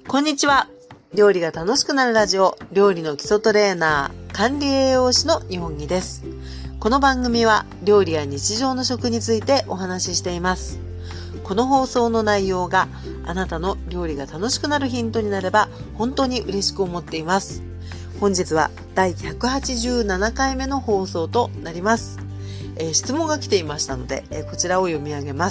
こんにちは。料理が楽しくなるラジオ、料理の基礎トレーナー、管理栄養士の日本木です。この番組は料理や日常の食についてお話ししています。この放送の内容があなたの料理が楽しくなるヒントになれば本当に嬉しく思っています。本日は第187回目の放送となります。質問が来ていましたので、こちらを読み上げます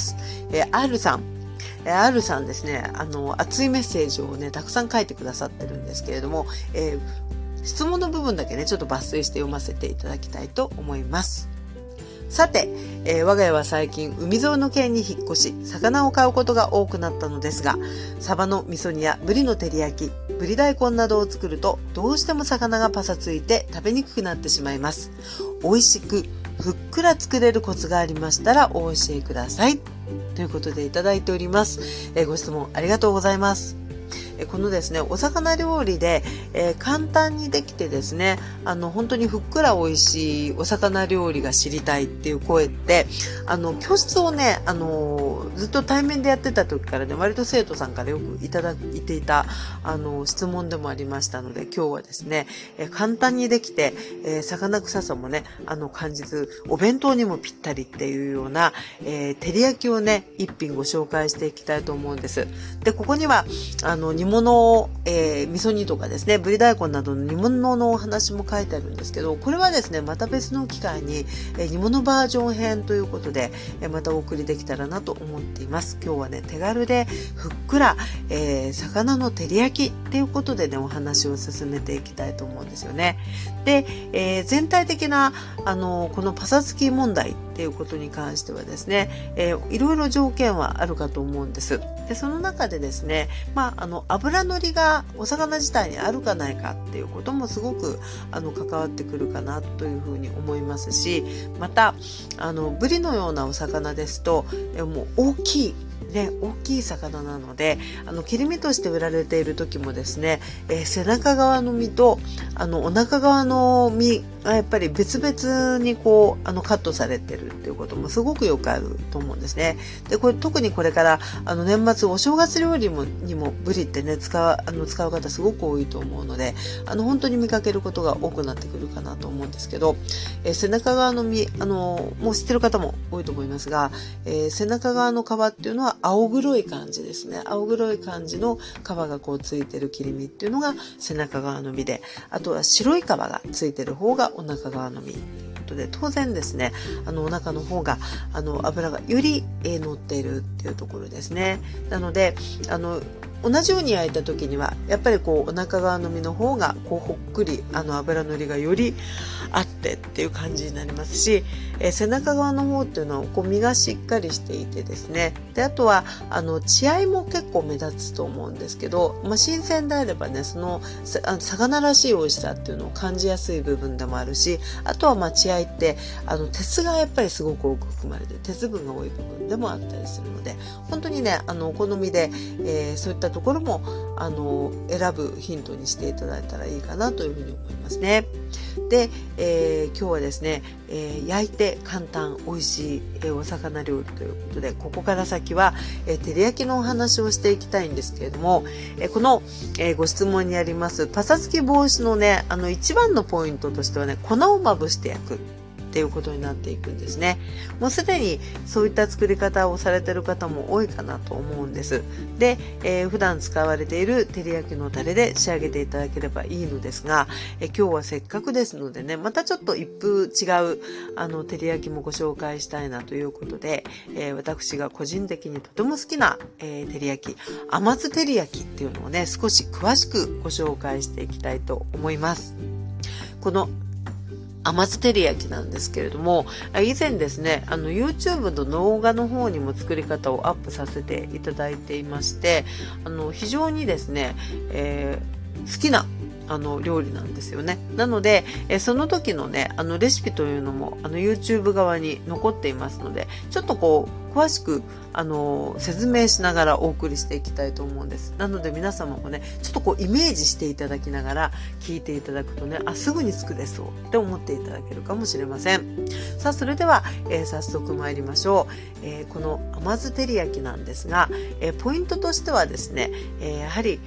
。R さんですね、熱いメッセージをね、たくさん書いてくださってるんですけれども、質問の部分だけね、ちょっと抜粋して読ませていただきたいと思います。さて、我が家は最近海沿いの県に引っ越し、魚を買うことが多くなったのですが、サバの味噌煮やブリの照り焼き、ブリ大根などを作ると、どうしても魚がパサついて食べにくくなってしまいます。美味しく、ふっくら作れるコツがありましたらお教えください。ということでいただいております。ご質問ありがとうございます。このですね、お魚料理で、簡単にできてですね、本当にふっくら美味しいお魚料理が知りたいっていう声って、教室をね、ずっと対面でやってた時からね、割と生徒さんからよくいただいていた、質問でもありましたので、今日はですね、簡単にできて、魚臭さもね、感じず、お弁当にもぴったりっていうような、照り焼きをね、一品ご紹介していきたいと思うんです。で、ここには、煮物、味噌煮とかですね、ぶり大根などの煮物のお話も書いてあるんですけど、これはですね、また別の機会に、煮物バージョン編ということで、またお送りできたらなと思っています。今日はね、手軽でふっくら、魚の照り焼きっていうことでね、お話を進めていきたいと思うんですよね。で、全体的な、このパサつき問題っていうことに関してはですね、いろいろ条件はあるかと思うんです。で、その中でですね、油のりがお魚自体にあるかないかっていうこともすごく関わってくるかなというふうに思いますし、またブリのようなお魚ですともう大きい魚なので、切り身として売られている時もですね、背中側の身とお腹側の身がやっぱり別々にこうカットされてるっていうこともすごくよくあると思うんですね。で、特にこれから年末お正月料理にもブリってね使う方すごく多いと思うので、本当に見かけることが多くなってくるかなと思うんですけど、背中側の身もう知ってる方も多いと思いますが、背中側の皮っていうのは青黒い感じですね。青黒い感じの皮がこうついてる切り身っていうのが背中側の身で、あとは白い皮がついてる方がお腹側の身ということで、当然ですね、お腹の方が脂がより乗っているっていうところですね。なので同じように焼いた時にはやっぱりこうお腹側の身の方がこうほっくり脂のりがよりあってっていう感じになりますし、背中側の方っていうのはこう身がしっかりしていてですね、であとは血合いも結構目立つと思うんですけど、新鮮であればね、その魚らしい美味しさっていうのを感じやすい部分でもあるし、あとは血合いって鉄がやっぱりすごく多く含まれて鉄分が多い部分でもあったりするので、本当にねお好みで、そういったところも選ぶヒントにしていただいたらいいかなというふうに思いますね。で、今日はですね、焼いて簡単美味しい、お魚料理ということで、ここから先は、照り焼きのお話をしていきたいんですけれども、この、ご質問にありますパサつき防止のね一番のポイントとしてはね、粉をまぶして焼くっていうことになっていくんですね。もうすでにそういった作り方をされている方も多いかなと思うんです。で、普段使われている照り焼きのタレで仕上げていただければいいのですが、今日はせっかくですのでね、またちょっと一風違う照り焼きもご紹介したいなということで、私が個人的にとても好きな、照り焼き、甘酢照り焼きっていうのをね、少し詳しくご紹介していきたいと思います。この甘酢照り焼きなんですけれども、以前ですねYouTube の動画の方にも作り方をアップさせていただいていまして、非常にですね、好きな料理なんですよね。なので、その時のねレシピというのもYouTube 側に残っていますので、ちょっとこう詳しく説明しながらお送りしていきたいと思うんです。なので皆様もねちょっとこうイメージしていただきながら聞いていただくとね、すぐに作れそうって思っていただけるかもしれません。さあそれでは、早速参りましょう。この甘酢照り焼きなんですが、ポイントとしてはですね、やはり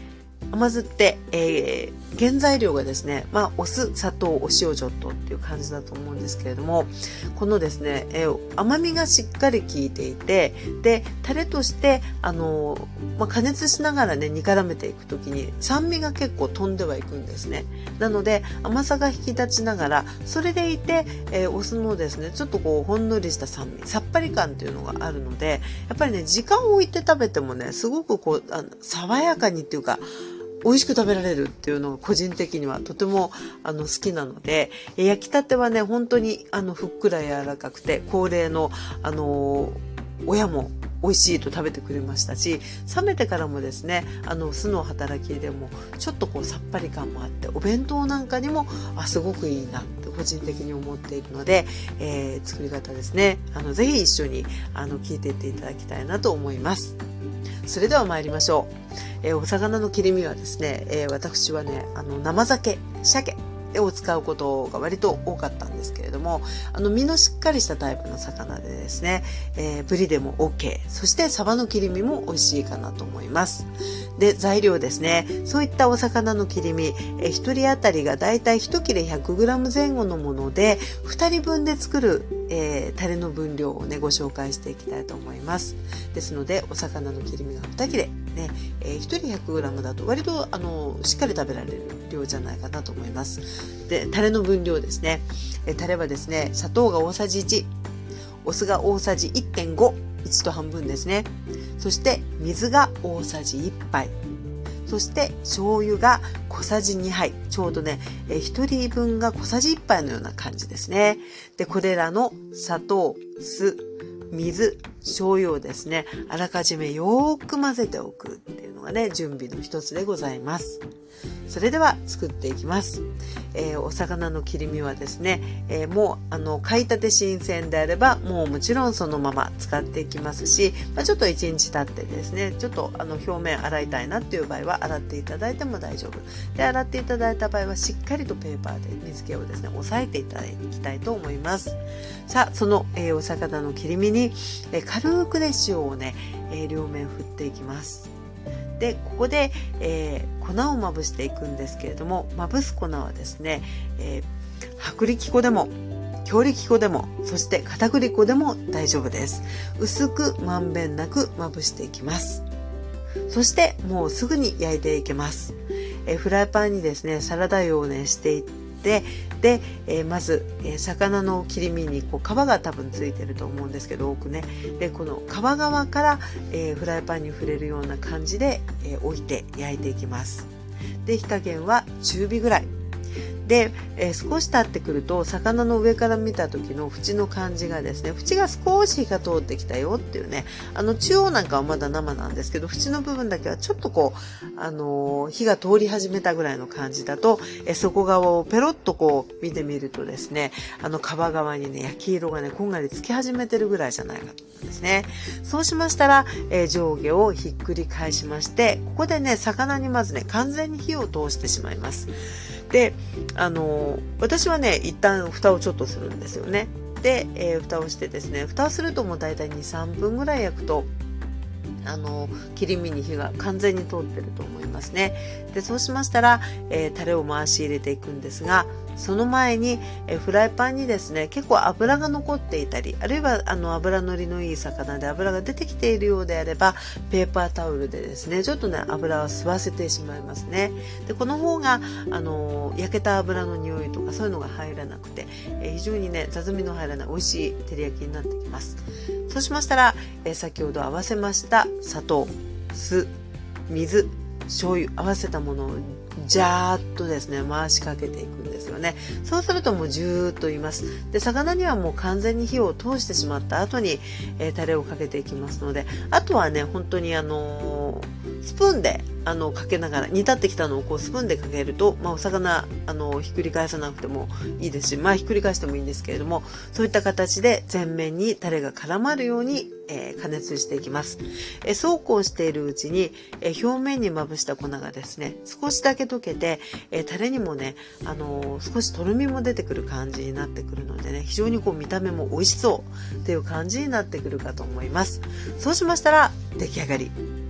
甘酢って、原材料がですね、お酢、砂糖、お塩ちょっとっていう感じだと思うんですけれども、このですね、甘みがしっかり効いていて、で、タレとして、加熱しながらね、煮絡めていくときに酸味が結構飛んではいくんですね。なので、甘さが引き立ちながら、それでいて、お酢のですね、ちょっとこう、ほんのりした酸味、さっぱり感っていうのがあるので、やっぱりね、時間を置いて食べてもね、すごくこう、爽やかにっていうか、美味しく食べられるっていうのが個人的にはとても好きなので、焼きたてはね、本当にふっくら柔らかくて、高齢の親も美味しいと食べてくれましたし、冷めてからもですね、酢の働きでもちょっとこうさっぱり感もあって、お弁当なんかにもすごくいいなって個人的に思っているので、作り方ですね、ぜひ一緒に聞いていっていただきたいなと思います。それでは参りましょう。お魚の切り身はですね、私はね、生鮭、鮭を使うことが割と多かったんですけれども、身のしっかりしたタイプの魚でですね、ブリでも OK、 そしてサバの切り身も美味しいかなと思います。で、材料ですね、そういったお魚の切り身、1人当たりがだいたい1切れ 100g 前後のもので、2人分で作る、タレの分量をね、ご紹介していきたいと思います。ですので、お魚の切り身が2切れ、ね、1人 100g だと割としっかり食べられる量じゃないかなと思います。で、タレの分量ですね。タレはですね、砂糖が大さじ1、お酢が大さじ 1.5、1と半分ですね。そして水が大さじ1杯。そして醤油が小さじ2杯。ちょうどね、1人分が小さじ1杯のような感じですね。で、これらの砂糖、酢、水、醤油をですね、あらかじめよーく混ぜておくっていうのがね、準備の一つでございます。それでは作っていきます。お魚の切り身はですね、もう買いたて新鮮であればもちろんそのまま使っていきますし、ちょっと1日経ってですね、ちょっと表面洗いたいなっていう場合は洗っていただいても大丈夫で、洗っていただいた場合はしっかりとペーパーで水気をですね押さえていただきたいと思います。さあ、その、お魚の切り身に、軽くね塩をね、両面振っていきます。で、ここで、粉をまぶしていくんですけれども、まぶす粉はですね、薄力粉でも強力粉でも、そして片栗粉でも大丈夫です。薄くまんべんなくまぶしていきます。そしてもうすぐに焼いていきます。フライパンにですねサラダ油を熱していって、で、まず、魚の切り身にこう皮が多分ついてると思うんですけど、多くね、でこの皮側から、フライパンに触れるような感じで、置いて焼いていきます。で、火加減は中火ぐらいで、少し経ってくると魚の上から見た時の縁の感じがですね、縁が少し火が通ってきたよっていうね、中央なんかはまだ生なんですけど、縁の部分だけはちょっとこう火が通り始めたぐらいの感じだと、底側をペロッとこう見てみるとですね、皮側にね焼き色がねこんがりつき始めてるぐらいじゃないかと思うんですね。そうしましたら、上下をひっくり返しまして、ここでね魚にまずね完全に火を通してしまいます。で、私はね一旦蓋をちょっとするんですよね。で、蓋をしてですね、蓋をするともうだいたい 2,3 分ぐらい焼くと切り身に火が完全に通ってると思いますね。で、そうしましたら、タレを回し入れていくんですが、その前に、フライパンにですね結構油が残っていたり、あるいは油のりのいい魚で油が出てきているようであれば、ペーパータオルでですねちょっとね油を吸わせてしまいますね。で、この方が焼けた油の匂いとかそういうのが入らなくて、非常にね雑味の入らない美味しい照り焼きになってきます。そうしましたら、先ほど合わせました砂糖、酢、水、醤油合わせたものをジャーッとですね回しかけていくんですよね。そうするともうジューッと言います。で、魚にはもう完全に火を通してしまった後に、タレをかけていきますので、あとはね本当にスプーンでかけながら煮立ってきたのをこうスプーンでかけると、お魚ひっくり返さなくてもいいですし、ひっくり返してもいいんですけれども、そういった形で全面にタレが絡まるように、加熱していきます。そうこうしているうちに、表面にまぶした粉がですね少しだけ溶けて、タレにもね少しとろみも出てくる感じになってくるのでね、非常にこう見た目も美味しそうっていう感じになってくるかと思います。そうしましたら出来上がり。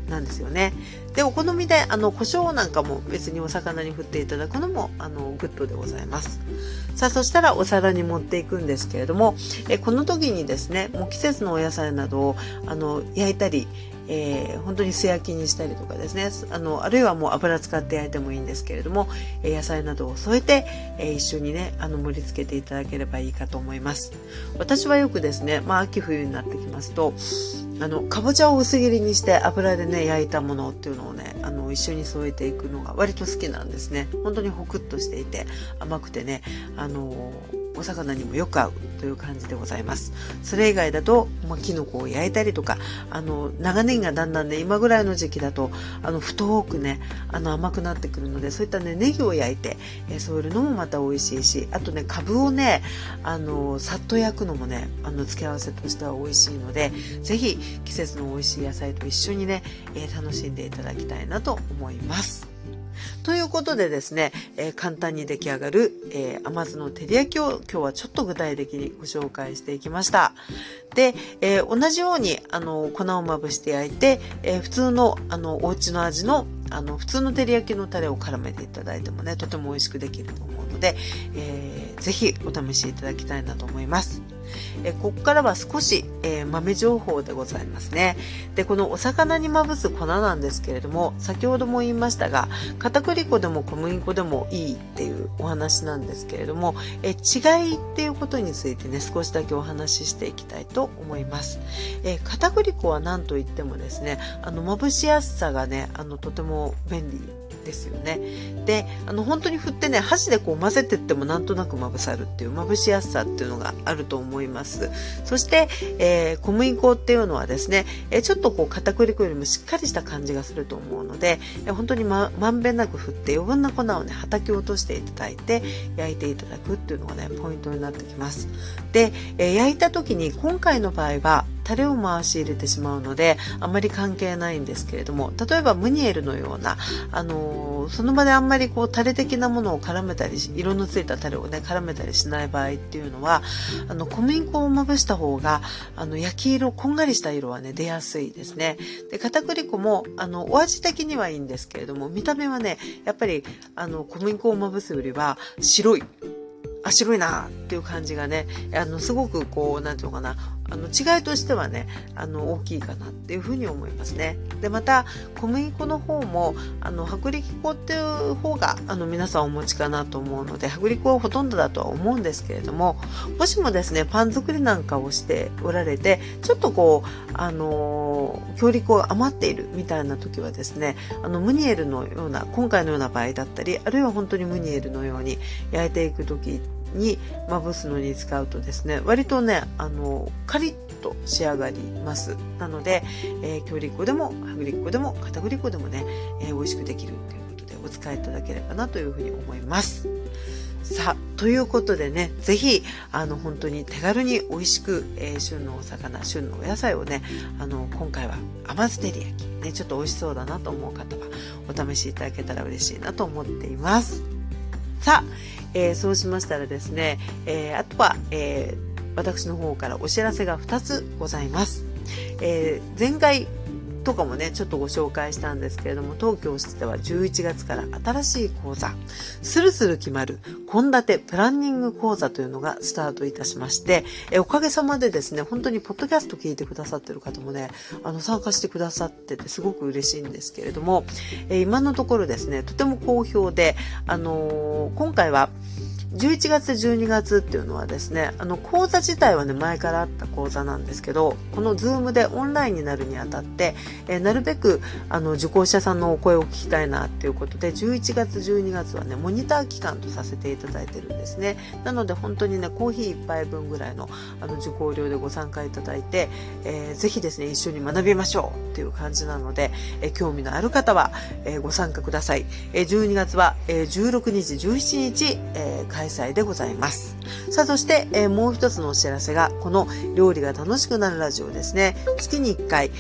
なんですよね。で、お好みで、胡椒なんかも別にお魚に振っていただくのも、グッドでございます。さあ、そしたらお皿に盛っていくんですけれども、この時にですね、もう季節のお野菜などを、焼いたり、本当に素焼きにしたりとかですね、あるいはもう油使って焼いてもいいんですけれども、野菜などを添えて、一緒にね、盛り付けていただければいいかと思います。私はよくですね、秋冬になってきますと、かぼちゃを薄切りにして油でね、焼いたものっていうのをね、一緒に添えていくのが割と好きなんですね。本当にホクッとしていて甘くてね、お魚にもよく合うという感じでございます。それ以外だと、キノコを焼いたりとか、長ネギがだんだんね、今ぐらいの時期だと、太くね、甘くなってくるので、そういったね、ネギを焼いて、添えるのもまた美味しいし、あとね、カブをね、さっと焼くのもね、付け合わせとしては美味しいので、ぜひ季節の美味しい野菜と一緒にね、楽しんでいただきたいなと思います。ということでですね、簡単に出来上がる、甘酢の照り焼きを今日はちょっと具体的にご紹介していきました。で、同じように粉をまぶして焼いて、普通のお家の味の普通の照り焼きのタレを絡めていただいてもね、とても美味しくできると思うので、ぜひお試しいただきたいなと思います。ここからは少し、豆情報でございますね。で、このお魚にまぶす粉なんですけれども、先ほども言いましたが、片栗粉でも小麦粉でもいいっていうお話なんですけれども、違いっていうことについてね、少しだけお話ししていきたいと思います。片栗粉は何と言ってもですね、まぶしやすさがね、とても便利ですよね。で、本当に振ってね、箸でこう混ぜてってもなんとなくまぶさるっていうまぶしやすさっていうのがあると思います。そして、小麦粉っていうのはですね、ちょっとこう片栗粉よりもしっかりした感じがすると思うので、本当にまんべんなく振って余分な粉をね、はたき落としていただいて焼いていただくっていうのがね、ポイントになってきます。で、焼いた時に今回の場合はタレを回し入れてしまうのであまり関係ないんですけれども、例えばムニエルのようなその場であんまりこうタレ的なものを絡めたり、色のついたタレをね絡めたりしない場合っていうのは、小麦粉をまぶした方が焼き色、こんがりした色はね出やすいですね。で、片栗粉もお味的にはいいんですけれども、見た目はねやっぱり小麦粉をまぶすよりは白いなっていう感じがね、すごくこうなんていうのかな、違いとしてはね大きいかなっていうふうに思いますね。で、また小麦粉の方も薄力粉っていう方が皆さんお持ちかなと思うので、薄力粉はほとんどだとは思うんですけれども、もしもですねパン作りなんかをしておられて、ちょっとこう強力粉が余っているみたいな時はですね、ムニエルのような、今回のような場合だったり、あるいは本当にムニエルのように焼いていく時にまぶすのに使うとですね、割とねカリッと仕上がります。なので、強力粉でも薄力粉でも片栗粉でもね、美味しくできるということでお使いいただければなというふうに思います。さあ、ということでね、ぜひ本当に手軽に美味しく、旬のお魚、旬のお野菜をね、今回は甘酢照り焼きね、ちょっと美味しそうだなと思う方はお試しいただけたら嬉しいなと思っています。さあ、そうしましたらですね、あとは、私の方からお知らせが2つございます。前回とかもねちょっとご紹介したんですけれども、当教室では11月から新しい講座、スルスル決まる献立プランニング講座というのがスタートいたしまして、おかげさまでですね、本当にポッドキャスト聞いてくださってる方もね参加してくださっててすごく嬉しいんですけれども、今のところですねとても好評で、今回は11月12月っていうのはですね、講座自体はね前からあった講座なんですけど、この Zoom でオンラインになるにあたって、なるべく受講者さんのお声を聞きたいなっていうことで、11月12月はねモニター期間とさせていただいてるんですね。なので本当にねコーヒー1杯分ぐらいの受講料でご参加いただいて、ぜひですね一緒に学びましょうっていう感じなので、興味のある方は、ご参加ください。12月は、16日17日、開催でございます。さあ、そして、もう一つのお知らせが、この料理が楽しくなるラジオですね、月に1回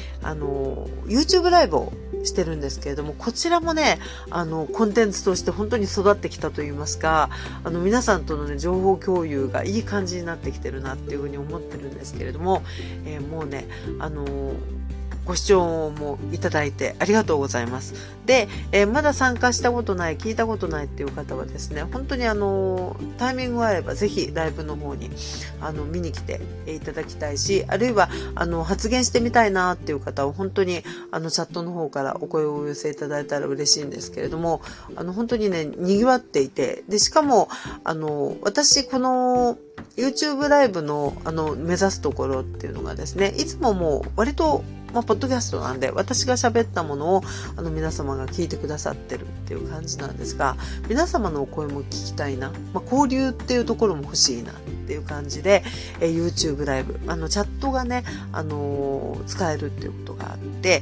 YouTube ライブをしてるんですけれども、こちらもねコンテンツとして本当に育ってきたといいますか、皆さんとのね情報共有がいい感じになってきてるなっていうふうに思ってるんですけれども、もうねご視聴もいただいてありがとうございます。で、まだ参加したことない、聞いたことないっていう方はですね、本当にタイミングがあればぜひライブの方に見に来ていただきたいし、あるいは発言してみたいなっていう方は本当にチャットの方からお声をお寄せいただいたら嬉しいんですけれども、本当にね、賑わっていて、で、しかも私このYouTube ライブの目指すところっていうのがですね、いつももう割とポッドキャストなんで、私が喋ったものを皆様が聞いてくださってるっていう感じなんですが、皆様のお声も聞きたいな、交流っていうところも欲しいなっていう感じで、YouTube ライブチャットがね使えるっていうことがあって、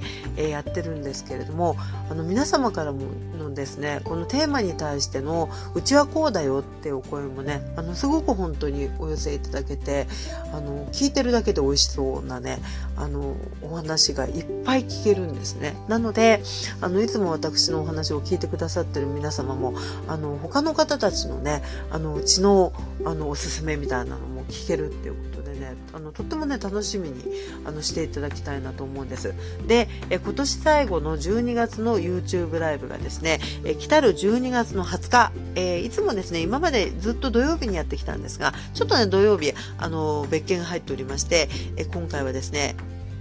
やってるんですけれども、皆様からものですね、このテーマに対してのうちはこうだよっていうお声もね、すごく本当にお寄せいただけて、聞いてるだけで美味しそうなねお話がいっぱい聞けるんですね。なのでいつも私のお話を聞いてくださってる皆様も他の方たちのねうちのおすすめみたいなのも聞けるっていうことでね、とってもね楽しみにしていただきたいなと思うんです。で、今年最後の12月の YouTube ライブがですね、来たる12月の20日、いつもですね今までずっと土曜日にやってきたんですが、ちょっとね土曜日別件が入っておりまして、今回はですね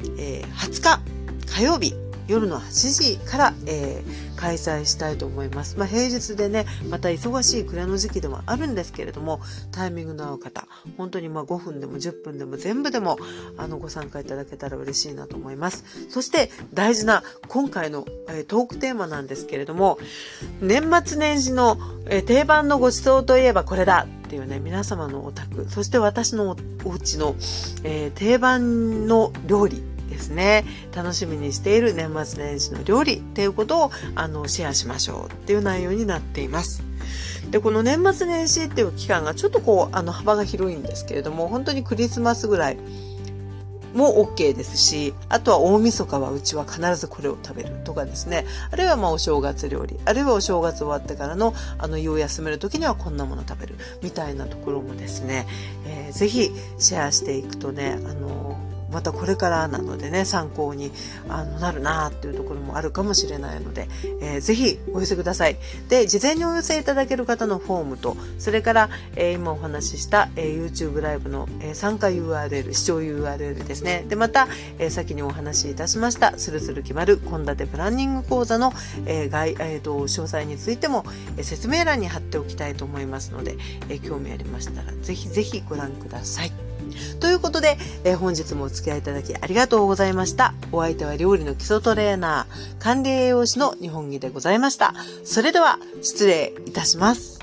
20日火曜日夜の8時から、開催したいと思います。平日でね、また忙しい暮れの時期でもあるんですけれども、タイミングの合う方、本当に5分でも10分でも全部でもご参加いただけたら嬉しいなと思います。そして大事な今回の、トークテーマなんですけれども、年末年始の、定番のご馳走といえばこれだっていうね、皆様のお宅、そして私のお家の、定番の料理ですね、楽しみにしている年末年始の料理っていうことをシェアしましょうっていう内容になっています。で、この年末年始っていう期間がちょっと幅が広いんですけれども、本当にクリスマスぐらいも OK ですし、あとは大晦日はうちは必ずこれを食べるとかですね、あるいはお正月料理、あるいはお正月終わってからの胃を休める時にはこんなもの食べるみたいなところもですね、ぜひシェアしていくとね、またこれからなのでね、参考になるなっていうところもあるかもしれないので、ぜひお寄せください。で、事前にお寄せいただける方のフォームと、それから、今お話しした、YouTube ライブの、参加 URL、視聴 URL ですね。で、また、先にお話しいたしましたスルスル決まる献立プランニング講座の、詳細についても、説明欄に貼っておきたいと思いますので、興味ありましたらぜひぜひご覧ください。ということで、本日もお付き合いいただきありがとうございました。お相手は料理の基礎トレーナー、管理栄養士の日本木でございました。それでは失礼いたします。